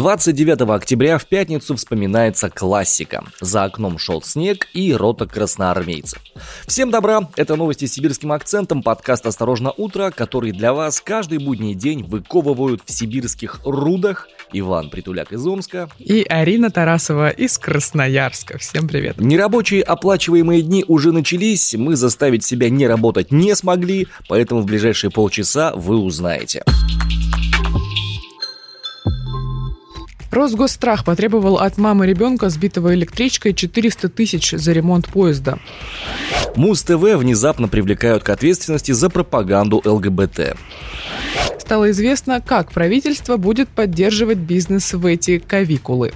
29 октября в пятницу вспоминается классика. За окном шел снег и рота красноармейцев. Всем добра, это новости с сибирским акцентом, подкаст «Осторожно, утро», который для вас каждый будний день выковывают в сибирских рудах Иван Притуляк из Омска и Арина Тарасова из Красноярска. Всем привет. Нерабочие оплачиваемые дни уже начались, мы заставить себя не работать не смогли, поэтому в ближайшие полчаса вы узнаете. Росгосстрах потребовал от мамы ребенка, сбитого электричкой, 400 тысяч за ремонт поезда. Муз-ТВ внезапно привлекают к ответственности за пропаганду ЛГБТ. Стало известно, как правительство будет поддерживать бизнес в эти кавикулы.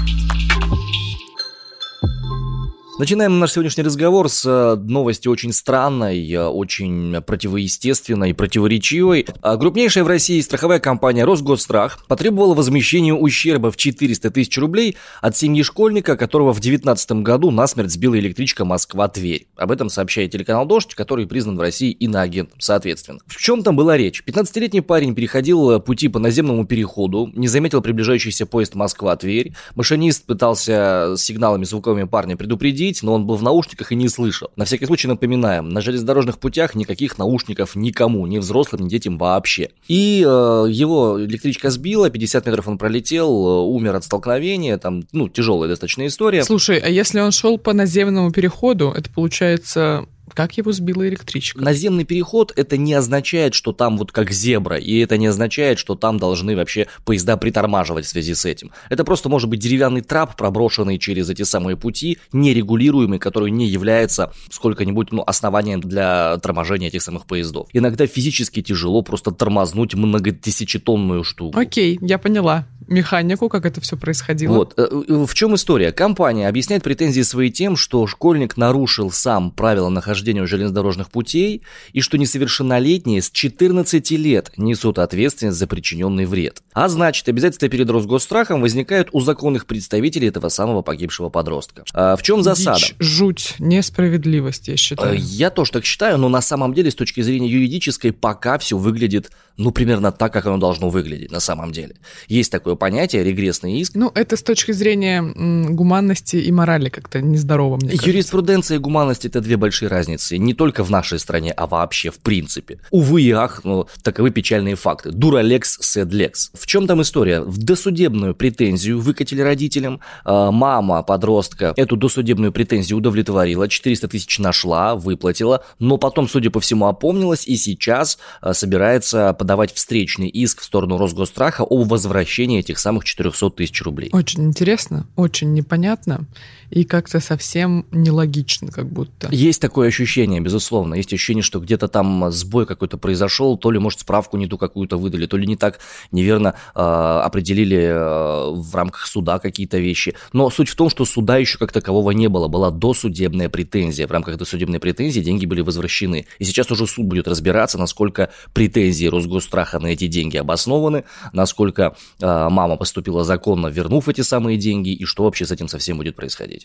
Начинаем наш сегодняшний разговор с новости очень странной, очень противоестественной, противоречивой. Крупнейшая в России страховая компания «Росгосстрах» потребовала возмещения ущерба в 400 тысяч рублей от семьи школьника, которого в 2019 году насмерть сбила электричка Москва-Тверь. Об этом сообщает телеканал «Дождь», который признан в России иноагентом, соответственно. В чем там была речь? 15-летний парень переходил пути по наземному переходу, не заметил приближающийся поезд Москва-Тверь. Машинист пытался сигналами звуковыми парня предупредить, но он был в наушниках и не слышал. На всякий случай напоминаем, на железнодорожных путях никаких наушников никому, ни взрослым, ни детям вообще. И его электричка сбила, 50 метров он пролетел, умер от столкновения, там, тяжелая достаточно история. Слушай, а если он шел по наземному переходу, это получается... Как его сбила электричка? Наземный переход, это не означает, что там вот как зебра, и это не означает, что там должны вообще поезда притормаживать в связи с этим. Это просто может быть деревянный трап, проброшенный через эти самые пути, нерегулируемый, который не является сколько-нибудь основанием для торможения этих самых поездов. Иногда физически тяжело просто тормознуть многотысячетонную штуку. Окей, я поняла механику, как это все происходило. Вот. В чем история? Компания объясняет претензии свои тем, что школьник нарушил сам правила нахождения железнодорожных путей и что несовершеннолетние с 14 лет несут ответственность за причиненный вред. А значит, обязательства перед Росгосстрахом возникают у законных представителей этого самого погибшего подростка. В чем засада? Дичь, жуть, несправедливость, я считаю. Я тоже так считаю, но на самом деле с точки зрения юридической пока все выглядит примерно так, как оно должно выглядеть на самом деле. Есть такое понятие регрессный иск. Это с точки зрения гуманности и морали как-то нездорово, мне кажется. Юриспруденция и гуманность — это две большие разницы. Не только в нашей стране, а вообще в принципе. Увы и ах, таковы печальные факты. Дура лекс, сед лекс. В чем там история? В досудебную претензию выкатили родителям. Мама подростка эту досудебную претензию удовлетворила, 400 тысяч нашла, выплатила, но потом, судя по всему, опомнилась и сейчас собирается подавать встречный иск в сторону Росгосстраха о возвращении этих самых 400 тысяч рублей. Очень интересно, очень непонятно и как-то совсем нелогично, как будто. Есть такое ощущение, безусловно. Есть ощущение, что где-то там сбой какой-то произошел, то ли, может, справку не ту какую-то выдали, то ли не так неверно определили в рамках суда какие-то вещи. Но суть в том, что суда еще как такового не было. Была досудебная претензия. В рамках досудебной претензии деньги были возвращены. И сейчас уже суд будет разбираться, насколько претензии Росгосстраха на эти деньги обоснованы, насколько мама поступила законно, вернув эти самые деньги, и что вообще с этим совсем будет происходить.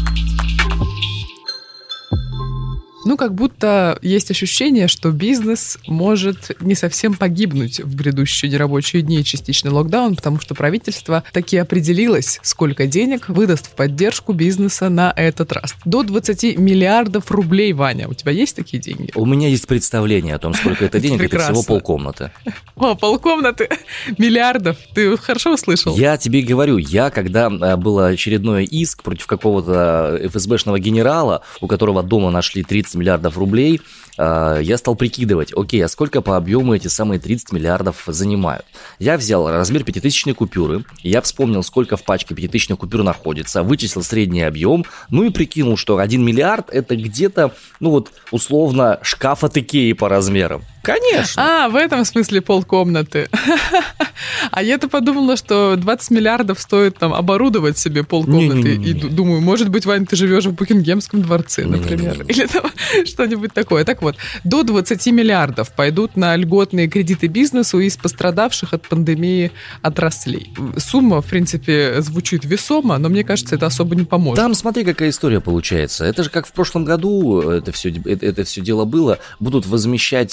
Как будто есть ощущение, что бизнес может не совсем погибнуть в грядущие нерабочие дни и частичный локдаун, потому что правительство таки определилось, сколько денег выдаст в поддержку бизнеса на этот раз. До 20 миллиардов рублей, Ваня. У тебя есть такие деньги? У меня есть представление о том, сколько это денег. Это всего полкомнаты. Полкомнаты миллиардов. Ты хорошо услышал? Я тебе говорю, когда был очередной иск против какого-то ФСБшного генерала, у которого дома нашли 30 миллиардов рублей, я стал прикидывать, окей, а сколько по объему эти самые 30 миллиардов занимают. Я взял размер 5000 купюры, я вспомнил, сколько в пачке 5000 купюр находится, вычислил средний объем, и прикинул, что 1 миллиард это где-то, условно, шкаф от Икеи по размерам. Конечно. В этом смысле полкомнаты. А я-то подумала, что 20 миллиардов стоит оборудовать себе полкомнаты. И думаю, может быть, Вань, ты живешь в Букингемском дворце, например. Или что-нибудь такое. Так вот, до 20 миллиардов пойдут на льготные кредиты бизнесу из пострадавших от пандемии отраслей. Сумма, в принципе, звучит весомо, но мне кажется, это особо не поможет. Там смотри, какая история получается. Это же как в прошлом году это все дело было. Будут возмещать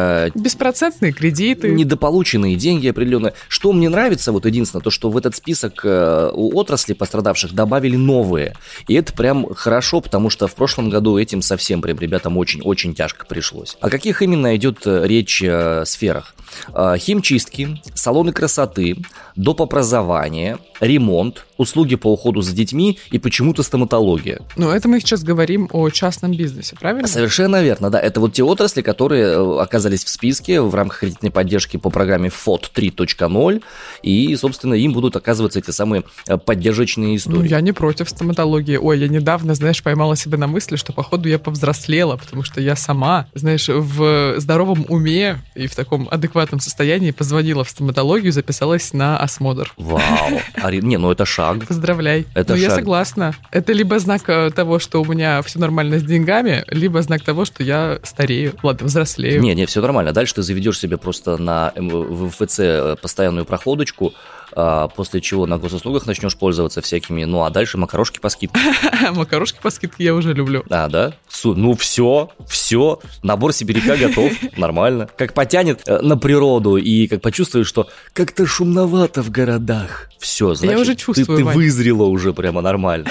Беспроцентные кредиты. Недополученные деньги определенные. Что мне нравится, вот единственное, то, что в этот список у отраслей пострадавших добавили новые. И это прям хорошо, потому что в прошлом году этим совсем прям ребятам очень-очень тяжко пришлось. О каких именно идет речь сферах? Химчистки, салоны красоты, доп. Образование, ремонт, услуги по уходу за детьми и почему-то стоматология. Ну, это мы сейчас говорим о частном бизнесе, правильно? Совершенно верно, да. Это вот те отрасли, которые оказались в списке в рамках кредитной поддержки по программе ФОД 3.0, и, собственно, им будут оказываться эти самые поддержечные истории. Ну, я не против стоматологии. Ой, я недавно, знаешь, поймала себя на мысли, что, походу, я повзрослела, потому что я сама, знаешь, в здоровом уме и в таком адекватном состоянии позвонила в стоматологию, записалась на осмотр. Вау. Не, ну это шаг. Поздравляй. Это шаг. Я согласна. Это либо знак того, что у меня все нормально с деньгами, либо знак того, что я старею. Ладно, взрослею. Не, все нормально. Дальше ты заведешь себе просто на МФЦ постоянную проходочку, после чего на госуслугах начнешь пользоваться всякими, ну а дальше макарошки по скидке. Макарошки по скидке я уже люблю. Да? Ну все, набор сибиряка готов, нормально. Как потянет на природу и как почувствуешь, что как-то шумновато в городах. Все, значит, я уже чувствую, ты вызрела уже прямо нормально.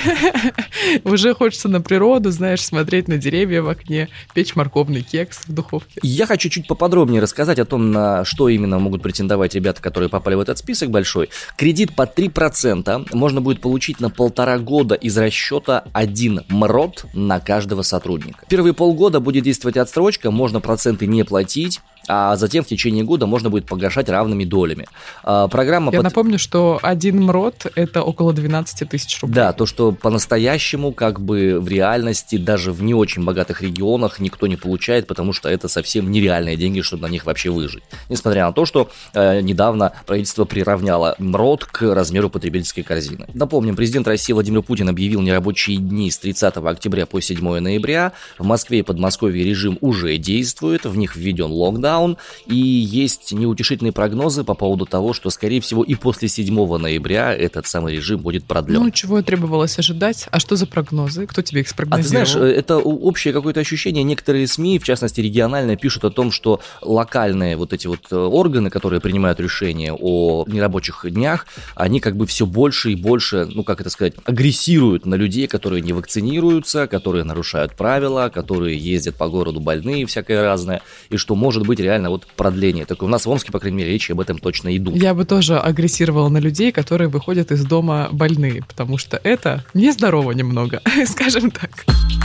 Уже хочется на природу, знаешь, смотреть на деревья в окне, печь морковный кекс в духовке. Я хочу чуть поподробнее рассказать о том, на что именно могут претендовать ребята, которые попали в этот список большой. Кредит под 3% можно будет получить на 1,5 года из расчета 1 МРОТ на каждого сотрудника. Первые полгода будет действовать отсрочка, можно проценты не платить, а затем в течение года можно будет погашать равными долями. Программа напомню, что 1 МРОТ – это около 12 тысяч рублей. Да, то, что по-настоящему, как бы в реальности, даже в не очень богатых регионах никто не получает, потому что это совсем нереальные деньги, чтобы на них вообще выжить. Несмотря на то, что недавно правительство приравняло МРОТ к размеру потребительской корзины. Напомним, президент России Владимир Путин объявил нерабочие дни с 30 октября по 7 ноября. В Москве и Подмосковье режим уже действует, в них введен локдаун. И есть неутешительные прогнозы по поводу того, что, скорее всего, и после 7 ноября этот самый режим будет продлен. Ну, чего требовалось ожидать? А что за прогнозы? Кто тебе их спрогнозировал? А ты знаешь, это общее какое-то ощущение. Некоторые СМИ, в частности региональные, пишут о том, что локальные вот эти вот органы, которые принимают решения о нерабочих днях, они как бы все больше и больше, ну, как это сказать, агрессируют на людей, которые не вакцинируются, которые нарушают правила, которые ездят по городу больные, всякое разное, и что может быть реально вот продление. Так у нас в Омске, по крайней мере, речи об этом точно идут. Я бы тоже агрессировала на людей, которые выходят из дома больные, потому что это нездорово немного, скажем так.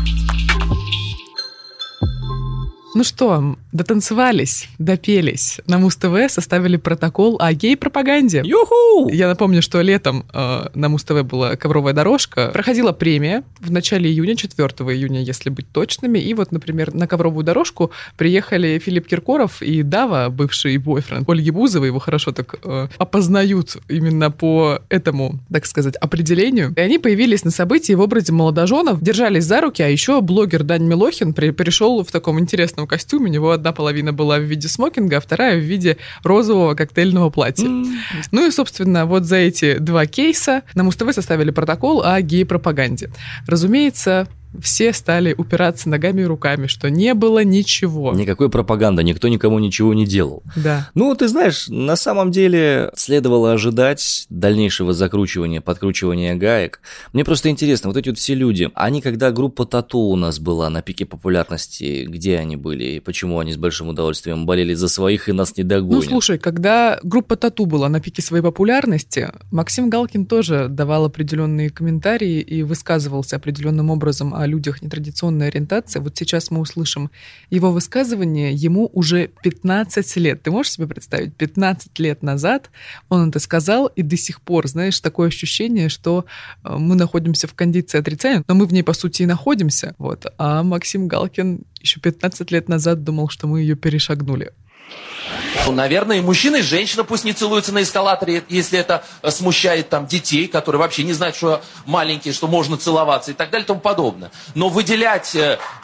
Ну что, дотанцевались, допелись. На Муз-ТВ составили протокол о гей-пропаганде. Юху! Я напомню, что летом на Муз-ТВ была ковровая дорожка. Проходила премия в начале июня, 4 июня, если быть точными. И вот, например, на ковровую дорожку приехали Филипп Киркоров и Дава, бывший бойфренд Ольги Бузовой. Его хорошо так опознают именно по этому, так сказать, определению. И они появились на событии в образе молодоженов, держались за руки, а еще блогер Дань Милохин пришел в таком интересном костюме. У него одна половина была в виде смокинга, а вторая в виде розового коктейльного платья. Ну и, собственно, вот за эти два кейса на Муз-ТВ составили протокол о гей-пропаганде. Разумеется, все стали упираться ногами и руками, что не было ничего. Никакой пропаганды, никто никому ничего не делал. Да. Ну, ты знаешь, на самом деле следовало ожидать дальнейшего закручивания, подкручивания гаек. Мне просто интересно, вот эти вот все люди, они, когда группа Тату у нас была на пике популярности, где они были и почему они с большим удовольствием болели за своих и нас не догонят? Ну, слушай, когда группа Тату была на пике своей популярности, Максим Галкин тоже давал определенные комментарии и высказывался определенным образом о людях нетрадиционной ориентации. Вот сейчас мы услышим его высказывание. Ему уже 15 лет. Ты можешь себе представить? 15 лет назад он это сказал, и до сих пор, знаешь, такое ощущение, что мы находимся в кондиции отрицания, но мы в ней, по сути, и находимся. Вот. А Максим Галкин еще 15 лет назад думал, что мы ее перешагнули. Ну, наверное, и мужчина, и женщина пусть не целуются на эскалаторе, если это смущает там детей, которые вообще не знают, что маленькие, что можно целоваться и так далее и тому подобное. Но выделять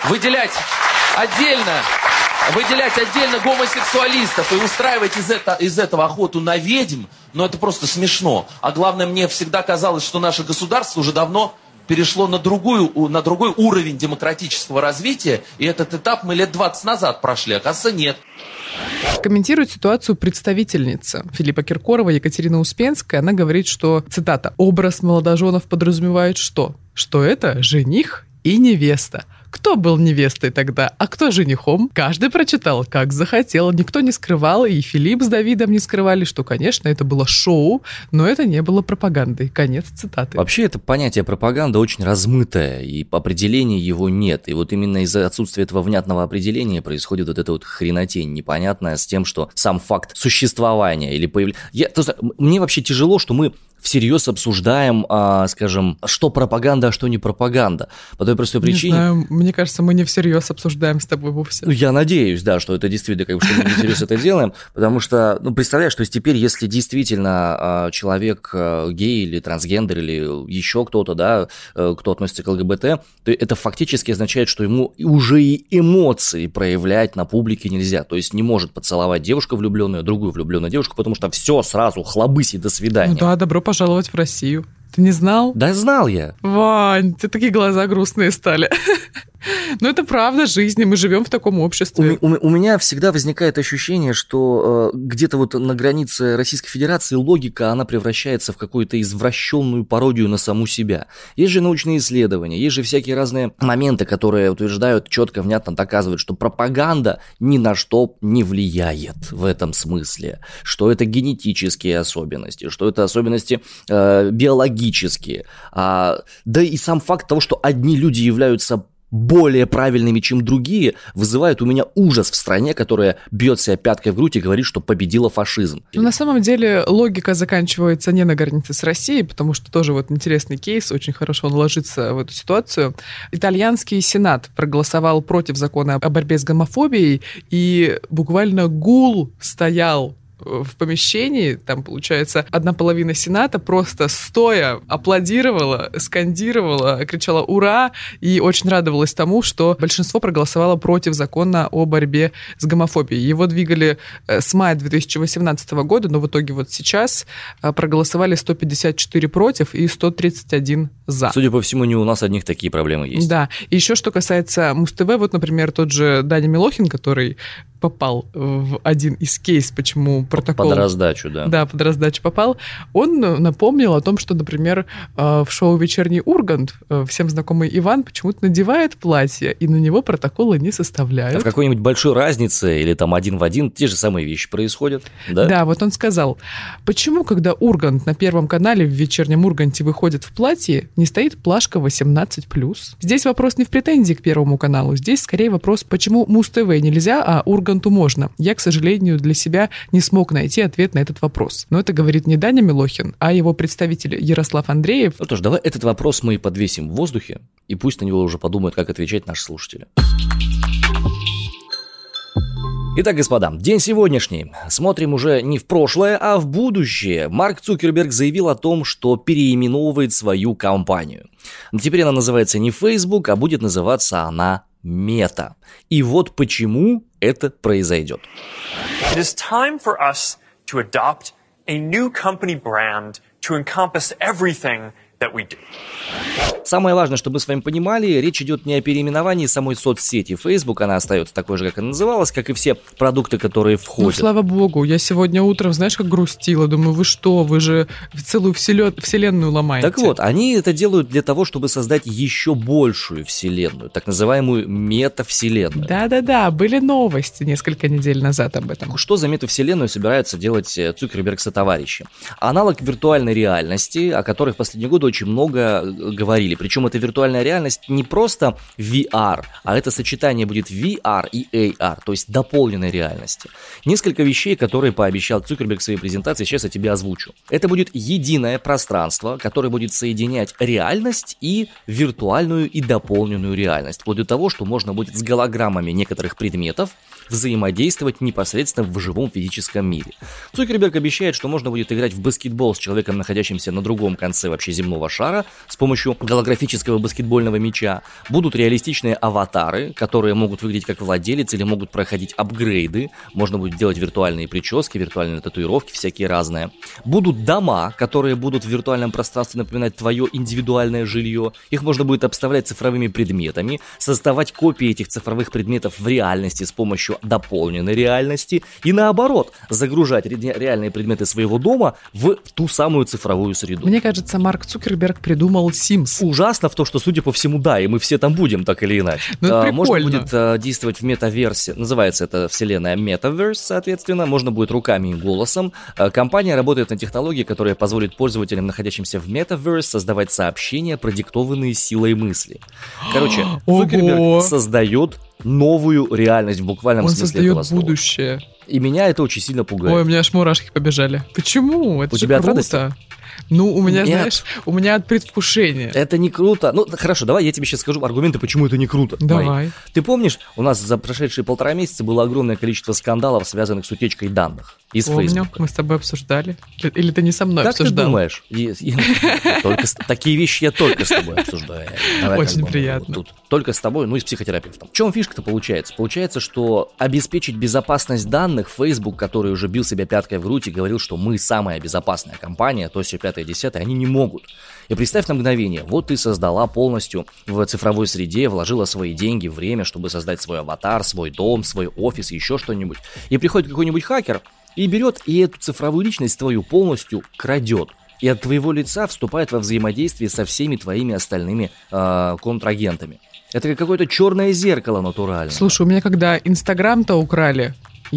отдельно гомосексуалистов и устраивать из этого охоту на ведьм, ну это просто смешно. А главное, мне всегда казалось, что наше государство уже давно перешло на другой уровень демократического развития, и этот этап мы лет 20 назад прошли, оказывается, нет. Комментирует ситуацию представительница Филиппа Киркорова Екатерина Успенская. Она говорит, что, цитата, «образ молодоженов подразумевает что? Что это жених и невеста. Кто был невестой тогда, а кто женихом? Каждый прочитал, как захотел. Никто не скрывал, и Филипп с Давидом не скрывали, что, конечно, это было шоу, но это не было пропагандой». Конец цитаты. Вообще, это понятие пропаганда очень размытое, и определения его нет. И вот именно из-за отсутствия этого внятного определения происходит вот эта вот хренотень непонятная с тем, что сам факт существования или появления... Мне вообще тяжело, что мы всерьез обсуждаем, скажем, что пропаганда, а что не пропаганда. По той простой причине... Не знаю, мне кажется, мы не всерьез обсуждаем с тобой вовсе. Я надеюсь, да, что это действительно, что мы всерьез это делаем, потому что, представляешь, то есть теперь, если действительно человек гей или трансгендер или еще кто-то, да, кто относится к ЛГБТ, то это фактически означает, что ему уже и эмоции проявлять на публике нельзя. То есть не может поцеловать девушка влюбленную, другую влюбленную девушку, потому что все сразу, хлобысь и до свидания. Ну да, добро пожаловать в Россию. Ты не знал? Да, знал я. Вань, ты такие глаза грустные стали. Но это правда жизни, мы живем в таком обществе. У меня всегда возникает ощущение, что где-то вот на границе Российской Федерации логика, она превращается в какую-то извращенную пародию на саму себя. Есть же научные исследования, есть же всякие разные моменты, которые утверждают, четко, внятно доказывают, что пропаганда ни на что не влияет в этом смысле, что это генетические особенности, что это особенности биологические. Да и сам факт того, что одни люди являются более правильными, чем другие, вызывает у меня ужас в стране, которая бьет себя пяткой в грудь и говорит, что победила фашизм. Но на самом деле логика заканчивается не на границе с Россией, потому что тоже вот интересный кейс, очень хорошо он ложится в эту ситуацию. Итальянский сенат проголосовал против закона о борьбе с гомофобией, и буквально гул стоял в помещении, там, получается, 1/2 сената просто стоя аплодировала, скандировала, кричала «Ура!» и очень радовалась тому, что большинство проголосовало против закона о борьбе с гомофобией. Его двигали с мая 2018 года, но в итоге вот сейчас проголосовали 154 против и 131 за. Судя по всему, не у нас одних такие проблемы есть. Да. И еще что касается Муз-ТВ, вот, например, тот же Даня Милохин, который попал в один из кейсов, почему протокол... Под раздачу, да. Да, под раздачу попал. Он напомнил о том, что, например, в шоу «Вечерний Ургант» всем знакомый Иван почему-то надевает платье, и на него протоколы не составляют. А в какой-нибудь большой разнице или там один в один те же самые вещи происходят, да? Да, вот он сказал, почему, когда Ургант на Первом канале в «Вечернем Урганте» выходит в платье, не стоит плашка 18+. Здесь вопрос не в претензии к Первому каналу, здесь скорее вопрос, почему Муз-ТВ нельзя, а Урганту можно. Я, к сожалению, для себя не смог найти ответ на этот вопрос. Но это говорит не Даня Милохин, а его представитель Ярослав Андреев. Ну что ж, давай этот вопрос мы подвесим в воздухе, и пусть на него уже подумают, как отвечать наши слушатели. Итак, господа, день сегодняшний. Смотрим уже не в прошлое, а в будущее. Марк Цукерберг заявил о том, что переименовывает свою компанию. Теперь она называется не Facebook, а будет называться она Meta. И вот почему это произойдет. It is time for us to adopt a new company brand to encompass everything that we do. Самое важное, чтобы вы с вами понимали, речь идет не о переименовании самой соцсети Facebook, она остается такой же, как она называлась, как и все продукты, которые входят. Ну, слава богу, я сегодня утром, знаешь, как грустила, думаю, вы что, вы же целую вселенную ломаете. Так вот, они это делают для того, чтобы создать еще большую вселенную, так называемую метавселенную. Да-да-да, были новости несколько недель назад об этом. Что за метавселенную собираются делать Цукерберг со товарищи? Аналог виртуальной реальности, о которой в последние годы очень много говорили. Причем эта виртуальная реальность не просто VR, а это сочетание будет VR и AR, то есть дополненной реальности. Несколько вещей, которые пообещал Цукерберг в своей презентации, сейчас я тебе озвучу. Это будет единое пространство, которое будет соединять реальность и виртуальную и дополненную реальность, вплоть до того, что можно будет с голограммами некоторых предметов взаимодействовать непосредственно в живом физическом мире. Цукерберг обещает, что можно будет играть в баскетбол с человеком, находящимся на другом конце вообще земного мирового шара с помощью голографического баскетбольного мяча. Будут реалистичные аватары, которые могут выглядеть как владелец или могут проходить апгрейды. Можно будет делать виртуальные прически, виртуальные татуировки, всякие разные. Будут дома, которые будут в виртуальном пространстве напоминать твое индивидуальное жилье. Их можно будет обставлять цифровыми предметами, создавать копии этих цифровых предметов в реальности с помощью дополненной реальности и наоборот, загружать реальные предметы своего дома в ту самую цифровую среду. Мне кажется, Марк Цукерберг придумал Sims. Ужасно в то, что, судя по всему, да, и мы все там будем, так или иначе. Можно будет действовать в метаверсе, называется это вселенная Metaverse, соответственно, можно будет руками и голосом. Компания работает на технологии, которая позволит пользователям, находящимся в Metaverse, создавать сообщения, продиктованные силой мысли. Короче, Цукерберг создает новую реальность в буквальном смысле этого слова. Он создает будущее. И меня это очень сильно пугает. Ой, у меня аж мурашки побежали. Почему? Это у тебя круто. От радости? Ну, у меня, Нет. знаешь, у меня от предвкушения. Это не круто. Ну, хорошо, давай я тебе сейчас скажу аргументы, почему это не круто. Давай. Мои. Ты помнишь, у нас за прошедшие 1,5 месяца было огромное количество скандалов, связанных с утечкой данных из Фейсбука. Мы с тобой обсуждали. Или ты не со мной обсуждал? Как ты думаешь? Такие вещи я только с тобой обсуждаю. Очень приятно. Тут только с тобой, ну и с психотерапевтом. В чем фишка-то получается? Получается, что обеспечить безопасность данных Facebook, который уже бил себя пяткой в грудь и говорил, что мы самая безопасная компания, то все 5-10, они не могут. И представь на мгновение, вот ты создала полностью в цифровой среде, вложила свои деньги, время, чтобы создать свой аватар, свой дом, свой офис, еще что-нибудь. И приходит какой-нибудь хакер и берет и эту цифровую личность твою полностью крадет. И от твоего лица вступает во взаимодействие со всеми твоими остальными контрагентами. Это как какое-то черное зеркало натурально. Слушай, у меня когда Инстаграм-то украли,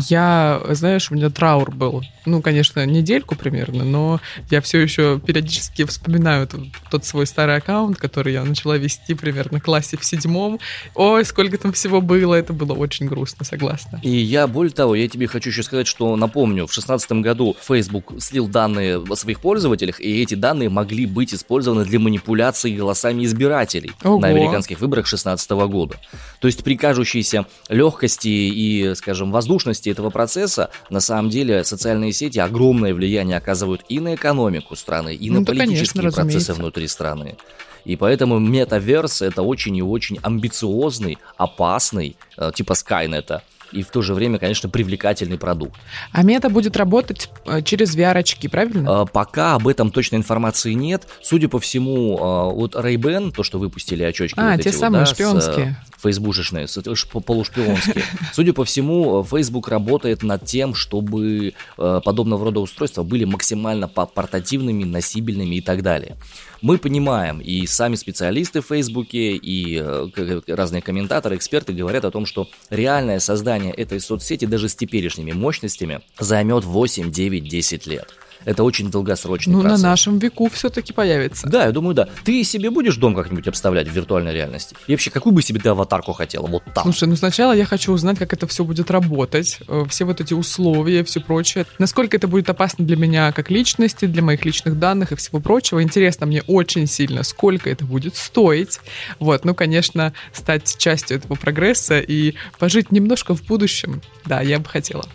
знаешь, у меня траур был. Ну, конечно, недельку примерно, но я все еще периодически вспоминаю тот свой старый аккаунт, который я начала вести примерно в классе в 7. Ой, сколько там всего было, это было очень грустно, согласна. И я, более того, я тебе хочу еще сказать, что, напомню, в 2016 году Facebook слил данные о своих пользователях, и эти данные могли быть использованы для манипуляции голосами избирателей на американских выборах 2016 года. То есть при кажущейся легкости и, скажем, воздушности этого процесса, на самом деле социальные сети огромное влияние оказывают и на экономику страны, и на политические процессы внутри страны. И поэтому метаверс — это очень и очень амбициозный, опасный, типа Скайнета, и в то же время, конечно, привлекательный продукт. А мета будет работать через VR-очки, правильно? Пока об этом точной информации нет. Судя по всему, вот Ray-Ban, то, что выпустили очечки, вот те эти самые вот, да, шпионские. Фейсбушечные, полушпионские. Судя по всему, Facebook работает над тем, чтобы подобного рода устройства были максимально портативными, носибельными и так далее. Мы понимаем, и сами специалисты в Фейсбуке, и разные комментаторы, эксперты говорят о том, что реальное создание этой соцсети даже с теперешними мощностями займет 8, 9, 10 лет. Это очень долгосрочный процесс. На нашем веку все-таки появится. Да, я думаю, да. Ты себе будешь дом как-нибудь обставлять в виртуальной реальности? И вообще, какую бы себе ты аватарку хотела? Вот там. Слушай, сначала я хочу узнать, как это все будет работать. Все вот эти условия, все прочее. Насколько это будет опасно для меня как личности, для моих личных данных и всего прочего. Интересно мне очень сильно, сколько это будет стоить. Вот, конечно, стать частью этого прогресса и пожить немножко в будущем. Да, я бы хотела.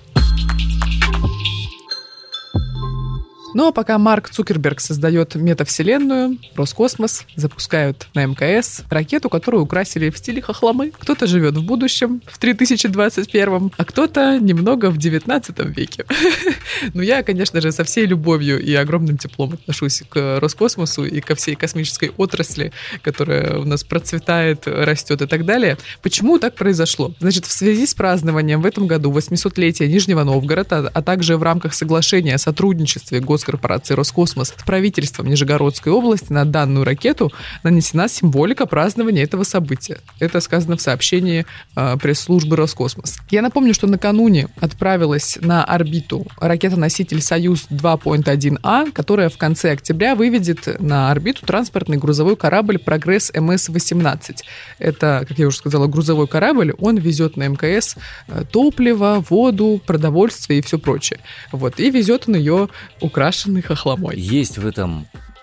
Ну а пока Марк Цукерберг создает метавселенную, Роскосмос запускают на МКС ракету, которую украсили в стиле хохломы. Кто-то живет в будущем, в 3021, а кто-то немного в 19 веке. Ну я, конечно же, со всей любовью и огромным теплом отношусь к Роскосмосу и ко всей космической отрасли, которая у нас процветает, растет и так далее. Почему так произошло? Значит, в связи с празднованием в этом году 800-летия Нижнего Новгорода, а также в рамках соглашения о сотрудничестве госкорпорации Роскосмос с правительством Нижегородской области на данную ракету нанесена символика празднования этого события. Это сказано в сообщении пресс-службы Роскосмос. Я напомню, что накануне отправилась на орбиту ракета-носитель «Союз-2.1А», которая в конце октября выведет на орбиту транспортный грузовой корабль «Прогресс МС-18». Это, как я уже сказала, грузовой корабль. Он везет на МКС топливо, воду, продовольствие и все прочее. Вот. И везет он ее украшенный хохломой. Есть в этом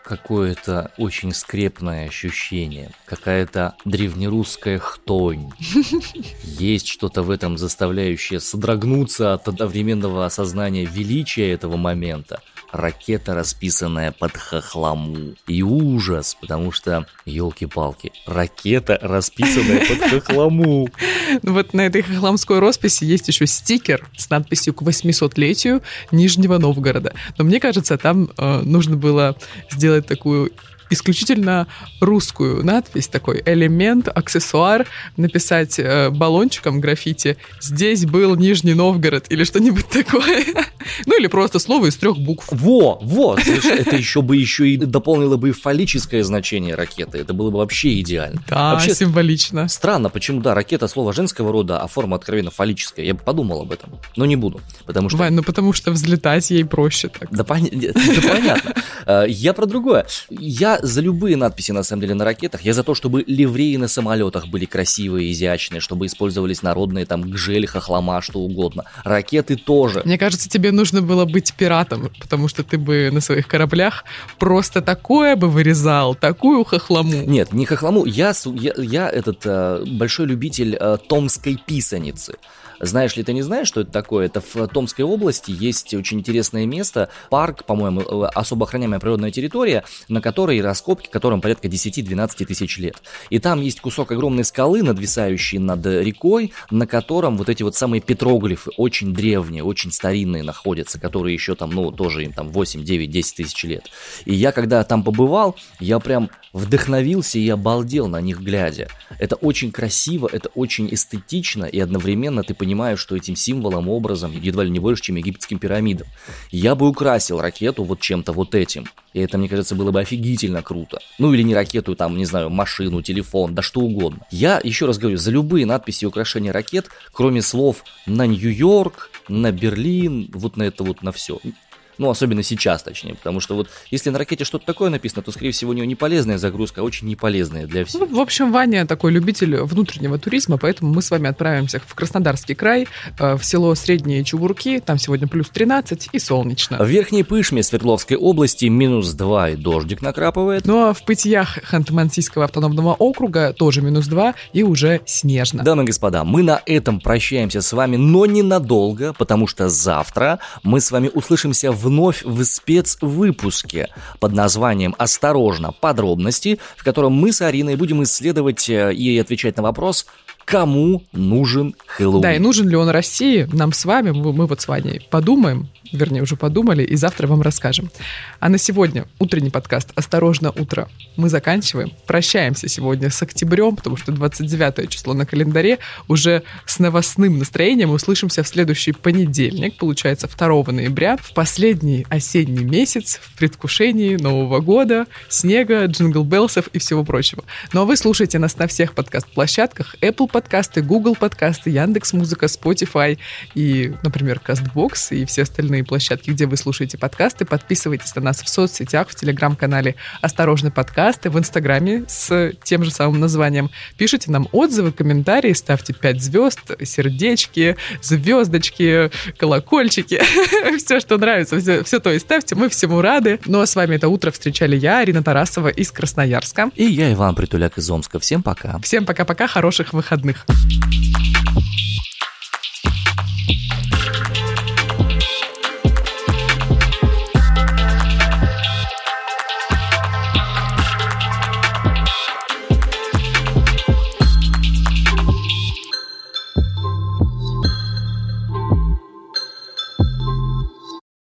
какое-то очень скрепное ощущение, какая-то древнерусская хтонь. Есть что-то в этом, заставляющее содрогнуться от одновременного осознания величия этого момента. Ракета, расписанная под хохлому. И ужас, потому что, елки-палки, ракета, расписанная под хохлому. Вот на этой хохломской росписи есть еще стикер с надписью «К 800-летию Нижнего Новгорода». Но мне кажется, там нужно было сделать такую исключительно русскую надпись, такой элемент, аксессуар, написать баллончиком граффити «Здесь был Нижний Новгород» или что-нибудь такое. Ну или просто слово из 3 букв. Во! Это еще и дополнило бы фаллическое значение ракеты. Это было бы вообще идеально. Да, вообще, символично. Странно, почему, да, ракета слово женского рода, а форма откровенно фаллическая. Я бы подумал об этом, но не буду, потому что... Вань, потому что взлетать ей проще так. Да понятно. Я про другое. Я за любые надписи, на самом деле, на ракетах. Я за то, чтобы ливреи на самолетах были красивые, изящные, чтобы использовались народные там гжель, хохлома, что угодно. Ракеты тоже. Мне кажется, тебе нужно было быть пиратом, потому что ты бы на своих кораблях просто такое бы вырезал, такую хохлому. Нет, не хохлому. Я большой любитель томской писаницы. Знаешь ли, ты не знаешь, что это такое? Это в Томской области есть очень интересное место, парк, по-моему, особо охраняемая природная территория, на которой раскопки, которым порядка 10-12 тысяч лет. И там есть кусок огромной скалы, надвисающий над рекой, на котором вот эти вот самые петроглифы, очень древние, очень старинные находятся, которые еще там, тоже им там 8, 9, 10 тысяч лет. И я, когда там побывал, я прям вдохновился и обалдел на них глядя. Это очень красиво, это очень эстетично, и одновременно ты понимаешь, что этим символом, образом едва ли не больше, чем египетским пирамидам. Я бы украсил ракету вот чем-то вот этим. И это, мне кажется, было бы офигительно круто. Ну или не ракету, там, не знаю, машину, телефон, да что угодно. Я, еще раз говорю, за любые надписи и украшения ракет, кроме слов на Нью-Йорк, на Берлин, вот на это вот на все. Ну, особенно сейчас, точнее, потому что вот если на ракете что-то такое написано, то, скорее всего, у нее не полезная загрузка, а очень неполезная для всех. В общем, Ваня такой любитель внутреннего туризма, поэтому мы с вами отправимся в Краснодарский край, в село Средние Чубурки, там сегодня плюс 13 и солнечно. В Верхней Пышме Свердловской области -2 и дождик накрапывает. Ну а в Пытьях Ханты-Мансийского автономного округа тоже -2 и уже снежно. Дамы и господа, мы на этом прощаемся с вами, но ненадолго, потому что завтра мы с вами услышимся вновь в спецвыпуске под названием «Осторожно, подробности», в котором мы с Ариной будем исследовать и отвечать на вопрос, кому нужен Хэллоуин. Да, и нужен ли он России, нам с вами, мы вот с Ваней подумаем, вернее, уже подумали, и завтра вам расскажем. А на сегодня утренний подкаст «Осторожно, утро» мы заканчиваем. Прощаемся сегодня с октябрем, потому что 29 число на календаре. Уже с новостным настроением услышимся в следующий понедельник, получается 2 ноября, в последний осенний месяц, в предвкушении Нового года, снега, джингл-беллсов и всего прочего. Ну а вы слушайте нас на всех подкаст-площадках: Apple подкасты, Google подкасты, Яндекс.Музыка, Spotify и, например, CastBox и все остальные площадки, где вы слушаете подкасты. Подписывайтесь на нас в соцсетях, в телеграм-канале «Осторожно, подкасты», в инстаграме с тем же самым названием. Пишите нам отзывы, комментарии, ставьте 5 звезд, сердечки, звездочки, колокольчики, все, что нравится, все то и ставьте, мы всему рады. Ну а с вами это утро встречали я, Арина Тарасова из Красноярска. И я, Иван Притуляк из Омска. Всем пока. Всем пока-пока, хороших выходных.